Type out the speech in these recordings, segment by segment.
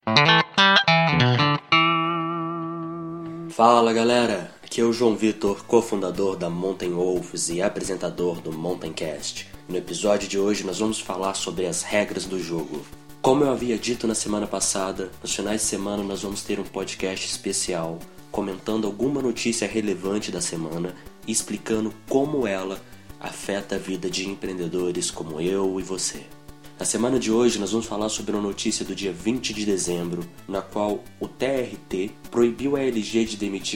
Fala galera, aqui é o João Vitor, cofundador da Mountain Wolves e apresentador do Mountaincast. No episódio de hoje nós vamos falar sobre as regras do jogo. Como eu havia dito na semana passada, nos finais de semana nós vamos ter um podcast especial comentando alguma notícia relevante da semana e explicando como ela afeta a vida de empreendedores como eu e você. Na semana de hoje nós vamos falar sobre uma notícia do dia 20 de dezembro, na qual o TRT proibiu a LG de demitir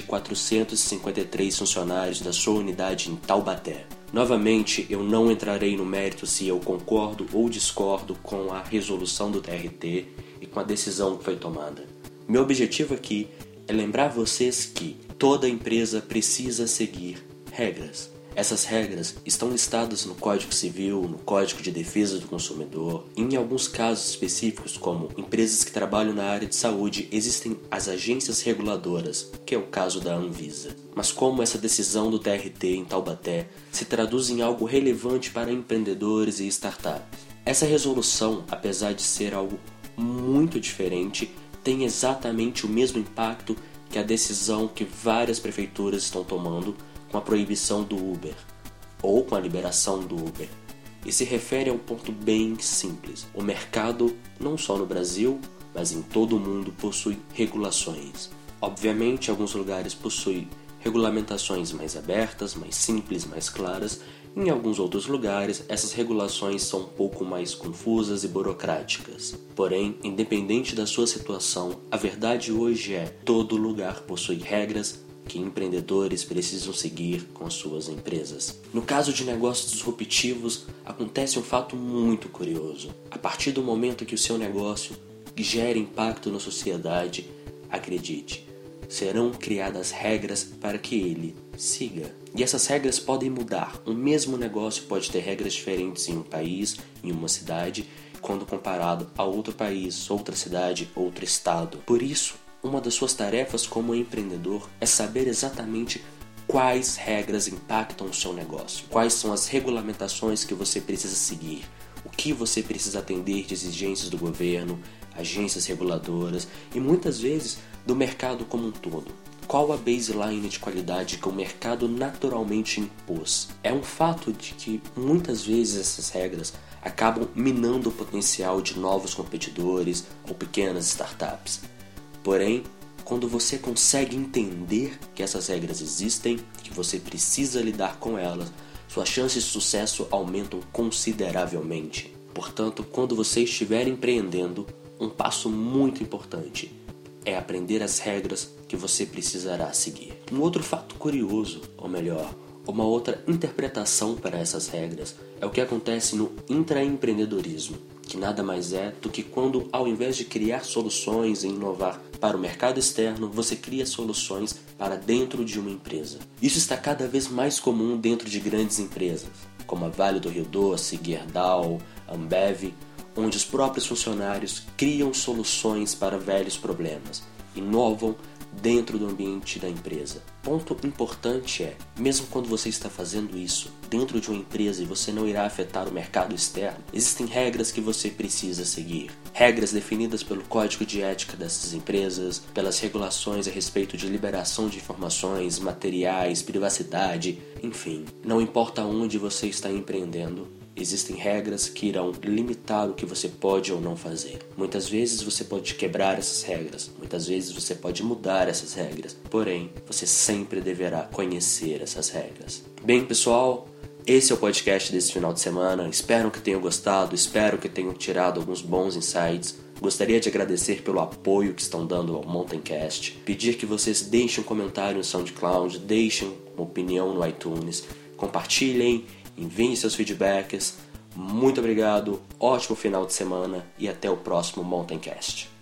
453 funcionários da sua unidade em Taubaté. Novamente, eu não entrarei no mérito se eu concordo ou discordo com a resolução do TRT e com a decisão que foi tomada. Meu objetivo aqui é lembrar vocês que toda empresa precisa seguir regras. Essas regras estão listadas no Código Civil, no Código de Defesa do Consumidor. Em alguns casos específicos, como empresas que trabalham na área de saúde, existem as agências reguladoras, que é o caso da Anvisa. Mas como essa decisão do TRT em Taubaté se traduz em algo relevante para empreendedores e startups? Essa resolução, apesar de ser algo muito diferente, tem exatamente o mesmo impacto que a decisão que várias prefeituras estão tomando com a proibição do Uber, ou com a liberação do Uber. E se refere a um ponto bem simples. O mercado, não só no Brasil, mas em todo o mundo, possui regulações. Obviamente, alguns lugares possuem regulamentações mais abertas, mais simples, mais claras. Em alguns outros lugares, essas regulações são um pouco mais confusas e burocráticas. Porém, independente da sua situação, a verdade hoje é: todo lugar possui regras que empreendedores precisam seguir com as suas empresas. No caso de negócios disruptivos, acontece um fato muito curioso. A partir do momento que o seu negócio gera impacto na sociedade, acredite, serão criadas regras para que ele siga. E essas regras podem mudar. O mesmo negócio pode ter regras diferentes em um país, em uma cidade, quando comparado a outro país, outra cidade, outro estado. Por isso, uma das suas tarefas como empreendedor é saber exatamente quais regras impactam o seu negócio, quais são as regulamentações que você precisa seguir, o que você precisa atender de exigências do governo, agências reguladoras e muitas vezes do mercado como um todo. Qual a baseline de qualidade que o mercado naturalmente impôs? É um fato de que muitas vezes essas regras acabam minando o potencial de novos competidores ou pequenas startups. Porém, quando você consegue entender que essas regras existem, que você precisa lidar com elas, suas chances de sucesso aumentam consideravelmente. Portanto, quando você estiver empreendendo, um passo muito importante é aprender as regras que você precisará seguir. Um outro fato curioso, ou melhor, uma outra interpretação para essas regras é o que acontece no intraempreendedorismo, que nada mais é do que quando, ao invés de criar soluções e inovar para o mercado externo, você cria soluções para dentro de uma empresa. Isso está cada vez mais comum dentro de grandes empresas, como a Vale do Rio Doce, Gerdau, Ambev, onde os próprios funcionários criam soluções para velhos problemas, inovam dentro do ambiente da empresa. Ponto importante é, mesmo quando você está fazendo isso dentro de uma empresa e você não irá afetar o mercado externo, existem regras que você precisa seguir. Regras definidas pelo código de ética dessas empresas, pelas regulações a respeito de liberação de informações, materiais, privacidade, enfim. Não importa onde você está empreendendo, existem regras que irão limitar o que você pode ou não fazer. Muitas vezes você pode quebrar essas regras, muitas vezes você pode mudar essas regras, porém, você sempre deverá conhecer essas regras. Bem, pessoal, esse é o podcast desse final de semana. Espero que tenham gostado, espero que tenham tirado alguns bons insights. Gostaria de agradecer pelo apoio que estão dando ao Mountaincast, pedir que vocês deixem um comentário no SoundCloud, deixem uma opinião no iTunes, compartilhem, enviem seus feedbacks. Muito obrigado, ótimo final de semana e até o próximo Mountaincast.